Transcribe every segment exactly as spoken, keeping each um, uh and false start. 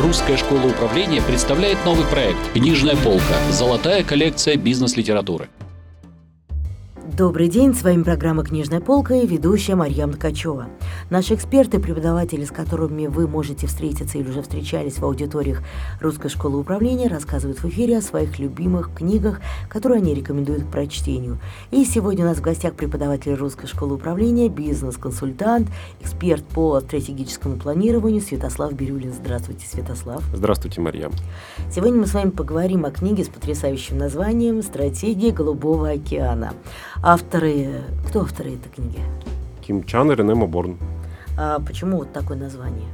Русская школа управления представляет новый проект «Книжная полка. Золотая коллекция бизнес-литературы». Добрый день, с вами программа «Книжная полка» и ведущая Марьям Ткачева. Наши эксперты, преподаватели, с которыми вы можете встретиться или уже встречались в аудиториях Русской школы управления, рассказывают в эфире о своих любимых книгах, которые они рекомендуют к прочтению. И сегодня у нас в гостях преподаватель Русской школы управления, бизнес-консультант, эксперт по стратегическому планированию Святослав Бирюлин. Здравствуйте, Святослав. Здравствуйте, Марьям. Сегодня мы с вами поговорим о книге с потрясающим названием «Стратегия Голубого океана». Авторы... Кто авторы этой книги? Ким Чан и Рене Моборн. А почему вот такое название?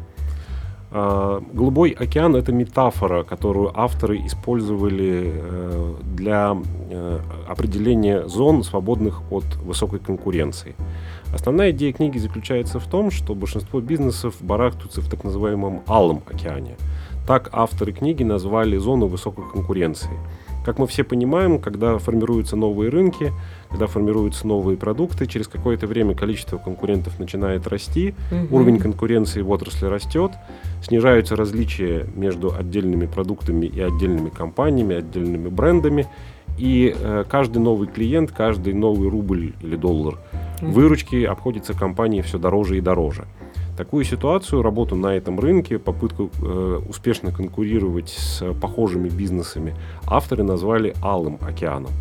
А, Голубой океан — это метафора, которую авторы использовали э, для э, определения зон, свободных от высокой конкуренции. Основная идея книги заключается в том, что большинство бизнесов барахтаются в так называемом алом океане. Так авторы книги назвали зону высокой конкуренции. Как мы все понимаем, когда формируются новые рынки, когда формируются новые продукты, через какое-то время количество конкурентов начинает расти, угу. Уровень конкуренции в отрасли растет, снижаются различия между отдельными продуктами и отдельными компаниями, отдельными брендами, и э, каждый новый клиент, каждый новый рубль или доллар угу. выручки обходится компании все дороже и дороже. Такую ситуацию, работу на этом рынке, попытку э, успешно конкурировать с похожими бизнесами авторы назвали алым океаном.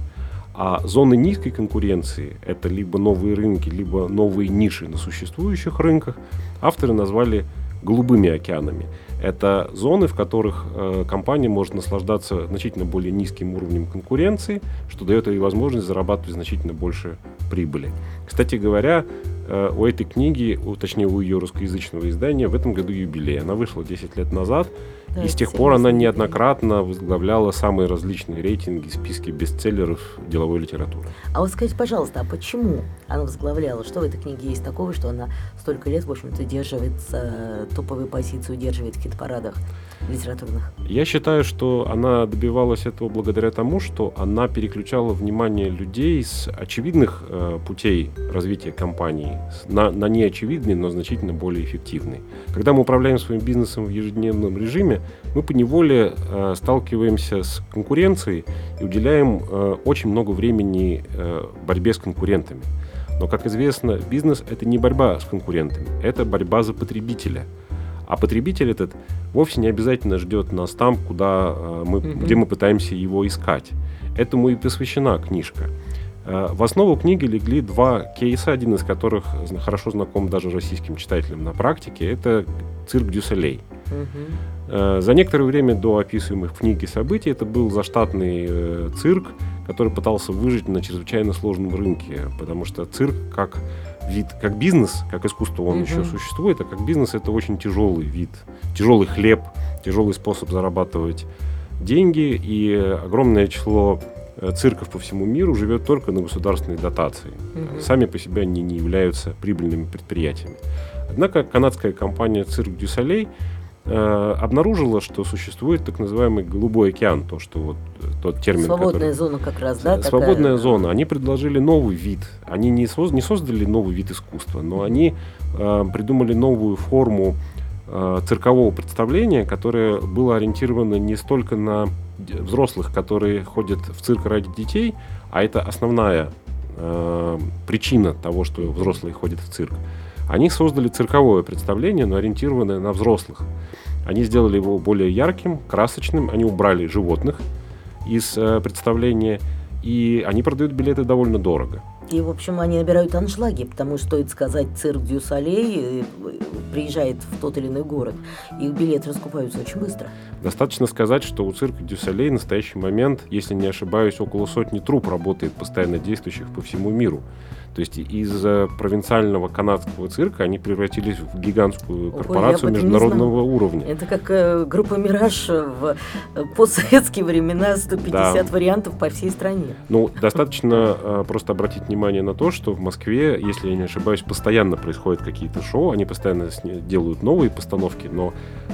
А зоны низкой конкуренции — это либо новые рынки, либо новые ниши на существующих рынках — авторы назвали голубыми океанами. Это зоны, в которых э, компания может наслаждаться значительно более низким уровнем конкуренции, что дает ей возможность зарабатывать значительно больше прибыли. Кстати говоря, э, у этой книги, у, точнее у ее русскоязычного издания, в этом году юбилей. Она вышла десять лет назад, да, и с тех пор она неоднократно возглавляла самые различные рейтинги, списки бестселлеров деловой литературы. А вот скажите, пожалуйста, а почему она возглавляла? Что в этой книге есть такого, что она столько лет, в общем-то, держится, топовую позицию удерживает в хит-парадах литературных? Я считаю, что она добивалась этого благодаря тому, что она переключала внимание людей с очевидных э, путей развития компании на, на неочевидные, но значительно более эффективные. Когда мы управляем своим бизнесом в ежедневном режиме, мы поневоле э, сталкиваемся с конкуренцией и уделяем э, очень много времени э, борьбе с конкурентами. Но, как известно, бизнес — это не борьба с конкурентами, это борьба за потребителя. А потребитель этот вовсе не обязательно ждет нас там, куда, э, мы, mm-hmm. где мы пытаемся его искать. Этому и посвящена книжка. Э, в основу книги легли два кейса, один из которых хорошо знаком даже российским читателям на практике. Это цирк Дю Солей. Mm-hmm. Э, за некоторое время до описываемых в книге событий это был заштатный э, цирк, который пытался выжить на чрезвычайно сложном рынке, потому что цирк как вид, как бизнес, как искусство, он mm-hmm. еще существует, а как бизнес — это очень тяжелый вид, тяжелый хлеб, тяжелый способ зарабатывать деньги, и огромное число цирков по всему миру живет только на государственной дотации. Mm-hmm. Сами по себе они не являются прибыльными предприятиями. Однако канадская компания «Цирк Дю Солей» э, обнаружила, что существует так называемый «голубой океан», то, что вот тот термин, свободная который... зона как раз, да? Свободная такая... зона. Они предложили новый вид. Они не, соз... не создали новый вид искусства, но они э, придумали новую форму э, циркового представления, которое было ориентировано не столько на взрослых, которые ходят в цирк ради детей, а это основная э, причина того, что взрослые ходят в цирк. Они создали цирковое представление, но ориентированное на взрослых. Они сделали его более ярким, красочным, они убрали животных из э, представления, и они продают билеты довольно дорого. И, в общем, они набирают аншлаги, потому что, стоит сказать, цирк Дю Солей приезжает в тот или иной город, и билеты раскупаются очень быстро. Достаточно сказать, что у цирка Дю Солей в настоящий момент, если не ошибаюсь, около сотни труп работает постоянно действующих по всему миру. То есть из провинциального канадского цирка они превратились в гигантскую корпорацию Ой, международного уровня. Это как э, группа «Мираж» в э, постсоветские времена, сто пятьдесят да. вариантов по всей стране. Ну, достаточно э, просто обратить внимание на то, что в Москве, если я не ошибаюсь, постоянно происходят какие-то шоу, они постоянно делают новые постановки, но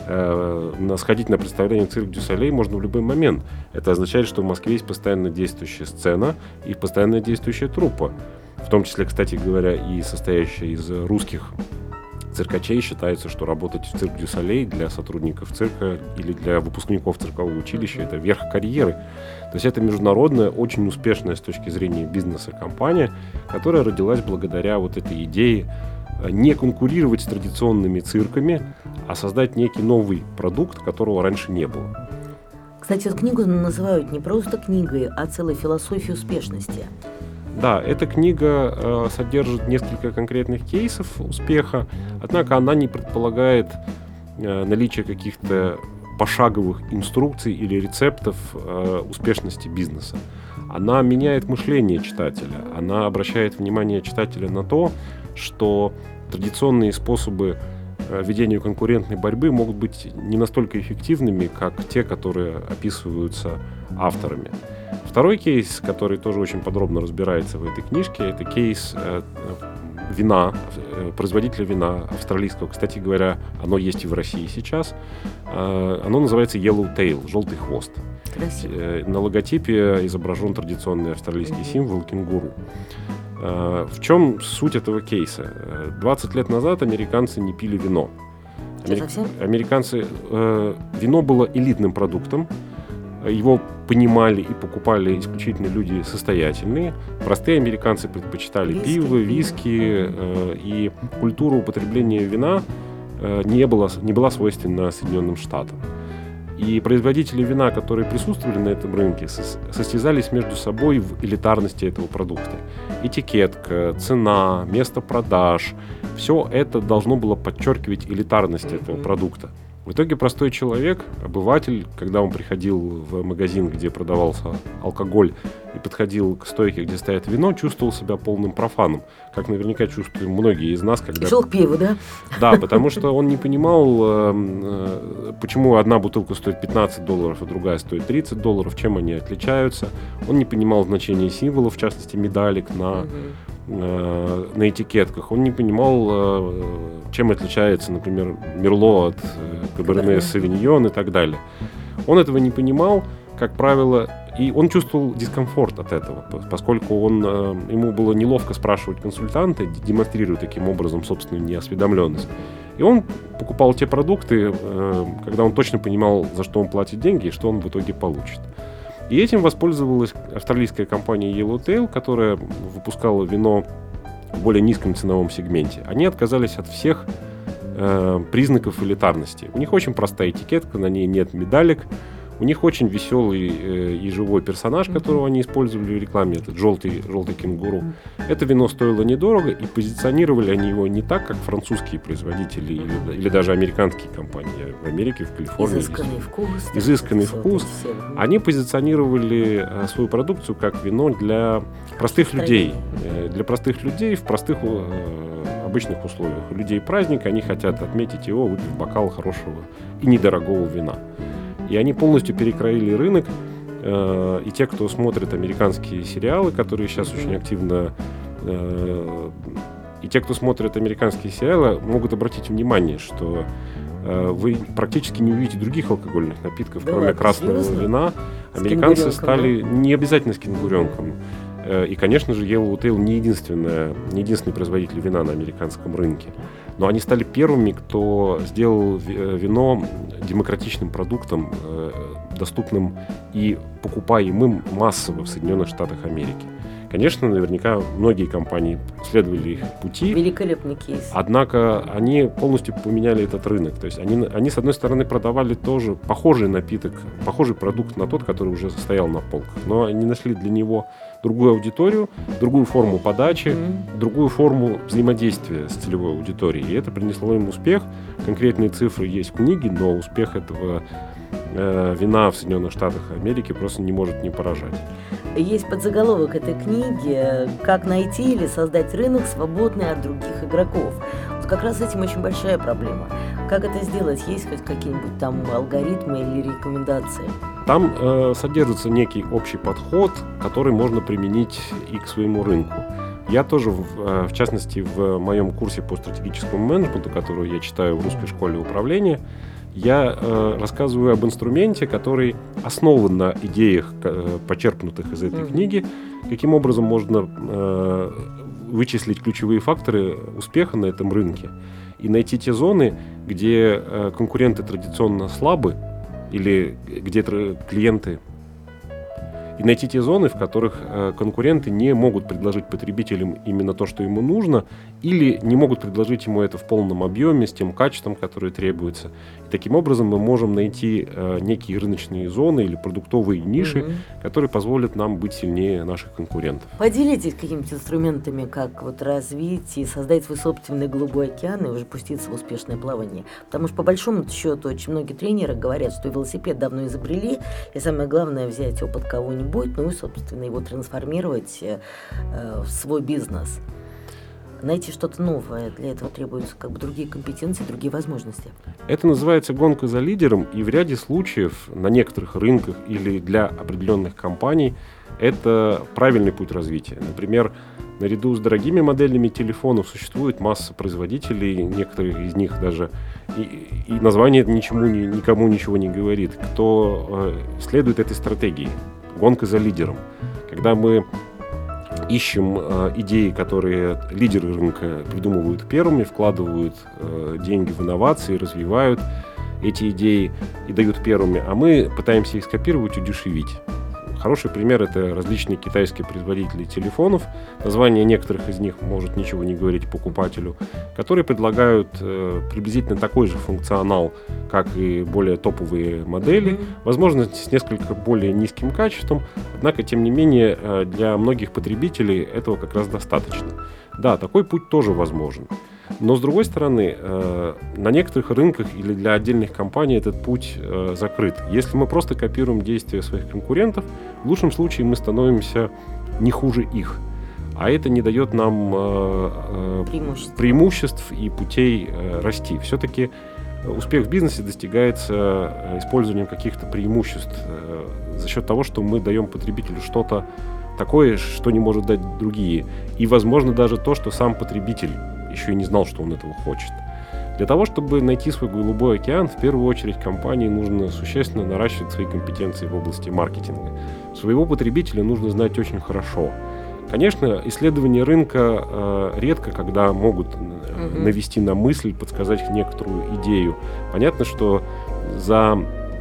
э, сходить на представление «Цирк Дю Солей» можно в любой момент. Это означает, что в Москве есть постоянно действующая сцена и постоянно действующая труппа. В том числе, кстати говоря, и состоящая из русских циркачей считается, что работать в Цирк дю Солей для сотрудников цирка или для выпускников циркового училища – это верх карьеры. То есть это международная, очень успешная с точки зрения бизнеса компания, которая родилась благодаря вот этой идее не конкурировать с традиционными цирками, а создать некий новый продукт, которого раньше не было. Кстати, эту книгу называют не просто книгой, а целой философией успешности. Да, эта книга э, содержит несколько конкретных кейсов успеха, однако она не предполагает э, наличие каких-то пошаговых инструкций или рецептов э, успешности бизнеса. Она меняет мышление читателя, она обращает внимание читателя на то, что традиционные способы э, ведения конкурентной борьбы могут быть не настолько эффективными, как те, которые описываются авторами. Второй кейс, который тоже очень подробно разбирается в этой книжке, это кейс э, вина, э, производителя вина австралийского. Кстати говоря, оно есть и в России сейчас. Э, оно называется Yellowtail, желтый хвост. Красиво. Э, на логотипе изображен традиционный австралийский mm-hmm. символ кенгуру. Э, в чем суть этого кейса? двадцать лет назад американцы не пили вино. Амери... Американцы... Э, вино было элитным продуктом. Его понимали и покупали исключительно люди состоятельные. Простые американцы предпочитали виски, пиво, виски, э, и культура употребления вина э, не, была, не была свойственна Соединенным Штатам. И производители вина, которые присутствовали на этом рынке, состязались между собой в элитарности этого продукта. Этикетка, цена, место продаж – все это должно было подчеркивать элитарность mm-hmm. этого продукта. В итоге простой человек, обыватель, когда он приходил в магазин, где продавался алкоголь, и подходил к стойке, где стоит вино, чувствовал себя полным профаном, как наверняка чувствуем многие из нас, когда... Шел к пиву, да? Да, потому что он не понимал, почему одна бутылка стоит пятнадцать долларов, а другая стоит тридцать долларов, чем они отличаются. Он не понимал значения символов, в частности, медалек на... на этикетках. Он не понимал, чем отличается, например, Мерло от Каберне Савиньон и так далее. Он этого не понимал, как правило, и он чувствовал дискомфорт от этого, поскольку он, ему было неловко спрашивать консультанта, демонстрируя таким образом собственную неосведомленность. И он покупал те продукты, когда он точно понимал, за что он платит деньги и что он в итоге получит. И этим воспользовалась австралийская компания Yellowtail, которая выпускала вино в более низком ценовом сегменте. Они отказались от всех э, признаков элитарности. У них очень простая этикетка, на ней нет медалек. У них очень веселый э, и живой персонаж, которого они использовали в рекламе, этот желтый, желтый кенгуру. Это вино стоило недорого, и позиционировали они его не так, как французские производители или, или даже американские компании в Америке, в Калифорнии. Изысканный вкус. Изысканный вкус. Они позиционировали э, свою продукцию как вино для простых людей. Э, для простых людей в простых э, обычных условиях. У людей праздник, они хотят отметить его, выпив бокал хорошего и недорогого вина. И они полностью перекроили рынок, э, и те, кто смотрит американские сериалы, которые сейчас очень активно... Э, и те, кто смотрит американские сериалы, могут обратить внимание, что э, вы практически не увидите других алкогольных напитков, да, кроме красного серьезно? Вина. Американцы стали да? не обязательно с кенгуренком. Э, и, конечно же, Yellowtail не, единственная, не единственный производитель вина на американском рынке. Но они стали первыми, кто сделал вино демократичным продуктом, доступным и покупаемым массово в Соединенных Штатах Америки. Конечно, наверняка многие компании следовали их пути. Великолепный кейс. Однако они полностью поменяли этот рынок. То есть они, они, с одной стороны, продавали тоже похожий напиток, похожий продукт на тот, который уже стоял на полках. Но они нашли для него другую аудиторию, другую форму подачи, mm-hmm. другую форму взаимодействия с целевой аудиторией. И это принесло им успех. Конкретные цифры есть в книге, но успех этого э, вина в Соединенных Штатах Америки просто не может не поражать. Есть подзаголовок этой книги «Как найти или создать рынок, свободный от других игроков». Вот как раз с этим очень большая проблема. Как это сделать? Есть хоть какие-нибудь там алгоритмы или рекомендации? Там э, содержится некий общий подход, который можно применить и к своему рынку. Я тоже, в, в частности, в моем курсе по стратегическому менеджменту, который я читаю в Русской школе управления, я э, рассказываю об инструменте, который основан на идеях, э, почерпнутых из этой mm-hmm. книги, каким образом можно э, вычислить ключевые факторы успеха на этом рынке и найти те зоны, где э, конкуренты традиционно слабы или где тр- клиенты, и найти те зоны, в которых э, конкуренты не могут предложить потребителям именно то, что ему нужно, или не могут предложить ему это в полном объеме, с тем качеством, которое требуется. И таким образом мы можем найти э, некие рыночные зоны или продуктовые ниши, Мгм. которые позволят нам быть сильнее наших конкурентов. Поделитесь какими-то инструментами, как вот развить и создать свой собственный голубой океан и уже пуститься в успешное плавание. Потому что, по большому счету, очень многие тренеры говорят, что велосипед давно изобрели, и самое главное взять опыт кого-нибудь, ну и, собственно, его трансформировать э, в свой бизнес. Найти что-то новое, для этого требуются как бы другие компетенции, другие возможности. Это называется гонка за лидером, и в ряде случаев на некоторых рынках или для определенных компаний это правильный путь развития. Например, наряду с дорогими моделями телефонов существует масса производителей, некоторых из них даже, и, и название это ничему, ни- никому ничего не говорит, кто э, следует этой стратегии, гонка за лидером. Когда мы ищем э, идеи, которые лидеры рынка придумывают первыми, вкладывают э, деньги в инновации, развивают эти идеи и дают первыми, а мы пытаемся их скопировать, удешевить. Хороший пример — это различные китайские производители телефонов, название некоторых из них может ничего не говорить покупателю, которые предлагают э, приблизительно такой же функционал, как и более топовые модели, Мгм. возможно, с несколько более низким качеством, однако, тем не менее, э, для многих потребителей этого как раз достаточно. Да, такой путь тоже возможен. Но, с другой стороны, э, на некоторых рынках или для отдельных компаний этот путь э, закрыт. Если мы просто копируем действия своих конкурентов, в лучшем случае мы становимся не хуже их. А это не дает нам э, э, Преимущество. преимуществ и путей э, расти. Все-таки успех в бизнесе достигается э, использованием каких-то преимуществ э, за счет того, что мы даем потребителю что-то такое, что не может дать другие. И, возможно, даже то, что сам потребитель еще и не знал, что он этого хочет. Для того, чтобы найти свой голубой океан, в первую очередь компании нужно существенно наращивать свои компетенции в области маркетинга. Своего потребителя нужно знать очень хорошо. Конечно, исследования рынка э, редко когда могут э, Мгм. навести на мысль, подсказать некоторую идею. Понятно, что за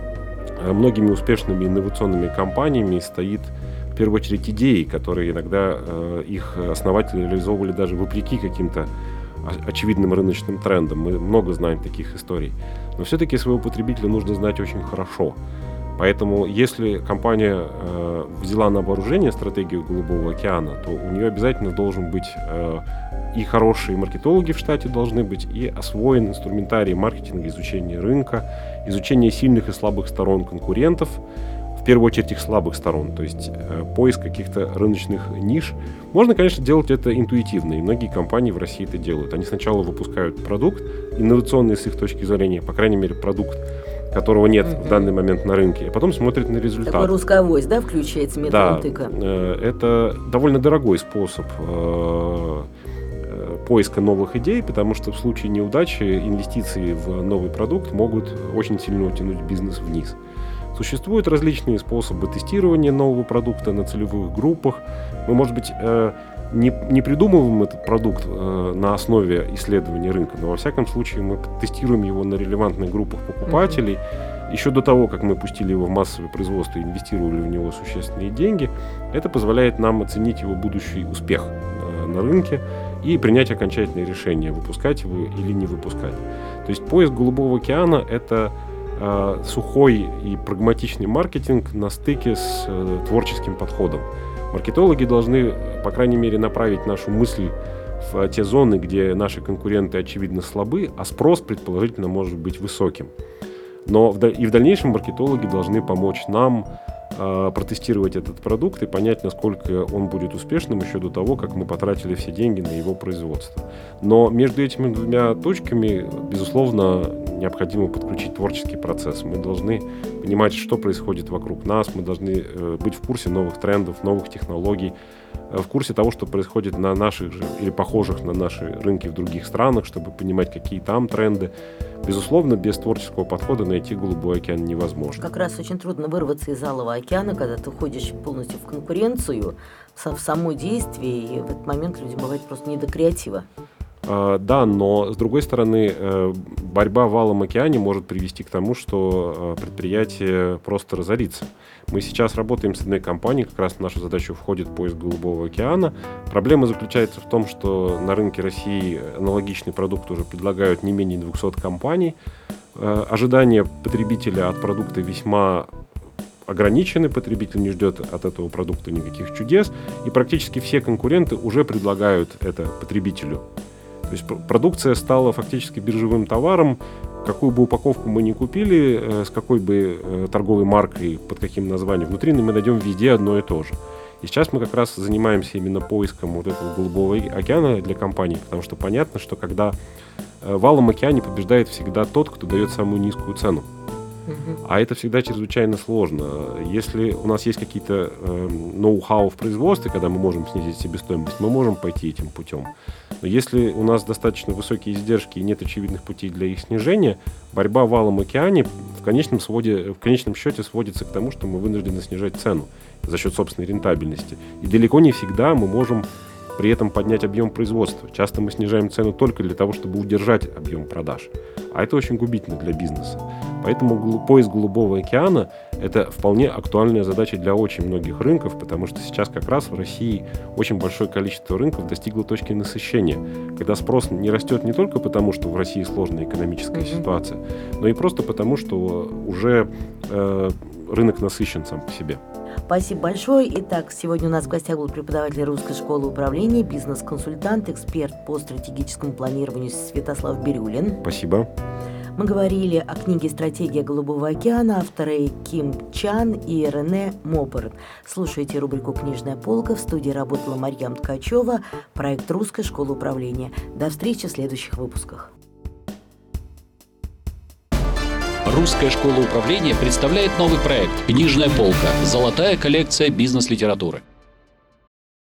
э, многими успешными инновационными компаниями стоит в первую очередь идеи, которые иногда э, их основатели реализовывали даже вопреки каким-то о- очевидным рыночным трендам. Мы много знаем таких историй. Но все-таки своего потребителя нужно знать очень хорошо. Поэтому, если компания э, взяла на вооружение стратегию Голубого океана, то у нее обязательно должен быть э, и хорошие маркетологи в штате должны быть, и освоен инструментарий маркетинга, изучения рынка, изучение сильных и слабых сторон конкурентов, в первую очередь их слабых сторон, то есть э, поиск каких-то рыночных ниш. Можно, конечно, делать это интуитивно, и многие компании в России это делают. Они сначала выпускают продукт, инновационный с их точки зрения, по крайней мере, продукт, которого нет Мгм. в данный момент на рынке, а потом смотрят на результат. Такой русскоавось, да, включается методом Да, тыка? э, это довольно дорогой способ э, э, поиска новых идей, потому что в случае неудачи инвестиции в новый продукт могут очень сильно утянуть бизнес вниз. Существуют различные способы тестирования нового продукта на целевых группах. Мы, может быть, э, не, не придумываем этот продукт э, на основе исследования рынка, но во всяком случае мы тестируем его на релевантных группах покупателей. Еще до того, как мы пустили его в массовое производство и инвестировали в него существенные деньги, это позволяет нам оценить его будущий успех э, на рынке и принять окончательное решение, выпускать его или не выпускать. То есть поиск Голубого океана — это э, сухой и прагматичный маркетинг на стыке с э, творческим подходом. Маркетологи должны, по крайней мере, направить нашу мысль в те зоны, где наши конкуренты, очевидно, слабы, а спрос, предположительно, может быть высоким. Но в, и в дальнейшем маркетологи должны помочь нам э, протестировать этот продукт и понять, насколько он будет успешным еще до того, как мы потратили все деньги на его производство. Но между этими двумя точками, безусловно, необходимо подключить творческий процесс. Мы должны понимать, что происходит вокруг нас, мы должны э, быть в курсе новых трендов, новых технологий, э, в курсе того, что происходит на наших же или похожих на наши рынки в других странах, чтобы понимать, какие там тренды. Безусловно, без творческого подхода найти Голубой океан невозможно. Как раз очень трудно вырваться из Алого океана, когда ты уходишь полностью в конкуренцию, в само действие, и в этот момент людям бывает просто не до креатива. А, да, но с другой стороны, э, борьба в Валом океане может привести к тому, что э, предприятие просто разорится. Мы сейчас работаем с одной компанией, как раз в нашу задачу входит поиск Голубого океана. Проблема заключается в том, что на рынке России аналогичный продукт уже предлагают не менее двухсот компаний. Э, ожидания потребителя от продукта весьма ограничены, потребитель не ждет от этого продукта никаких чудес, и практически все конкуренты уже предлагают это потребителю. То есть продукция стала фактически биржевым товаром. Какую бы упаковку мы ни купили, с какой бы торговой маркой, под каким названием, внутри мы найдем везде одно и то же. И сейчас мы как раз занимаемся именно поиском вот этого Голубого океана для компаний, потому что понятно, что когда в Валом океане побеждает всегда тот, кто дает самую низкую цену. А это всегда чрезвычайно сложно. Если у нас есть какие-то э, ноу-хау в производстве, когда мы можем снизить себестоимость, мы можем пойти этим путем. Но если у нас достаточно высокие издержки и нет очевидных путей для их снижения, борьба в Валом океане в конечном, своде, в конечном счете сводится к тому, что мы вынуждены снижать цену за счет собственной рентабельности. И далеко не всегда мы можем при этом поднять объем производства. Часто мы снижаем цену только для того, чтобы удержать объем продаж. А это очень губительно для бизнеса. Поэтому поиск Голубого океана – это вполне актуальная задача для очень многих рынков, потому что сейчас как раз в России очень большое количество рынков достигло точки насыщения, когда спрос не растет не только потому, что в России сложная экономическая mm-hmm. ситуация, но и просто потому, что уже э, рынок насыщен сам по себе. Спасибо большое. Итак, сегодня у нас в гостях был преподаватель Русской школы управления, бизнес-консультант, эксперт по стратегическому планированию Святослав Бирюлин. Спасибо. Мы говорили о книге «Стратегия Голубого океана», авторы Ким Чан и Рене Моберн. Слушайте рубрику «Книжная полка». В студии работала Марьям Ткачева, проект Русской школы управления. До встречи в следующих выпусках. Русская школа управления представляет новый проект «Книжная полка. Золотая коллекция бизнес-литературы».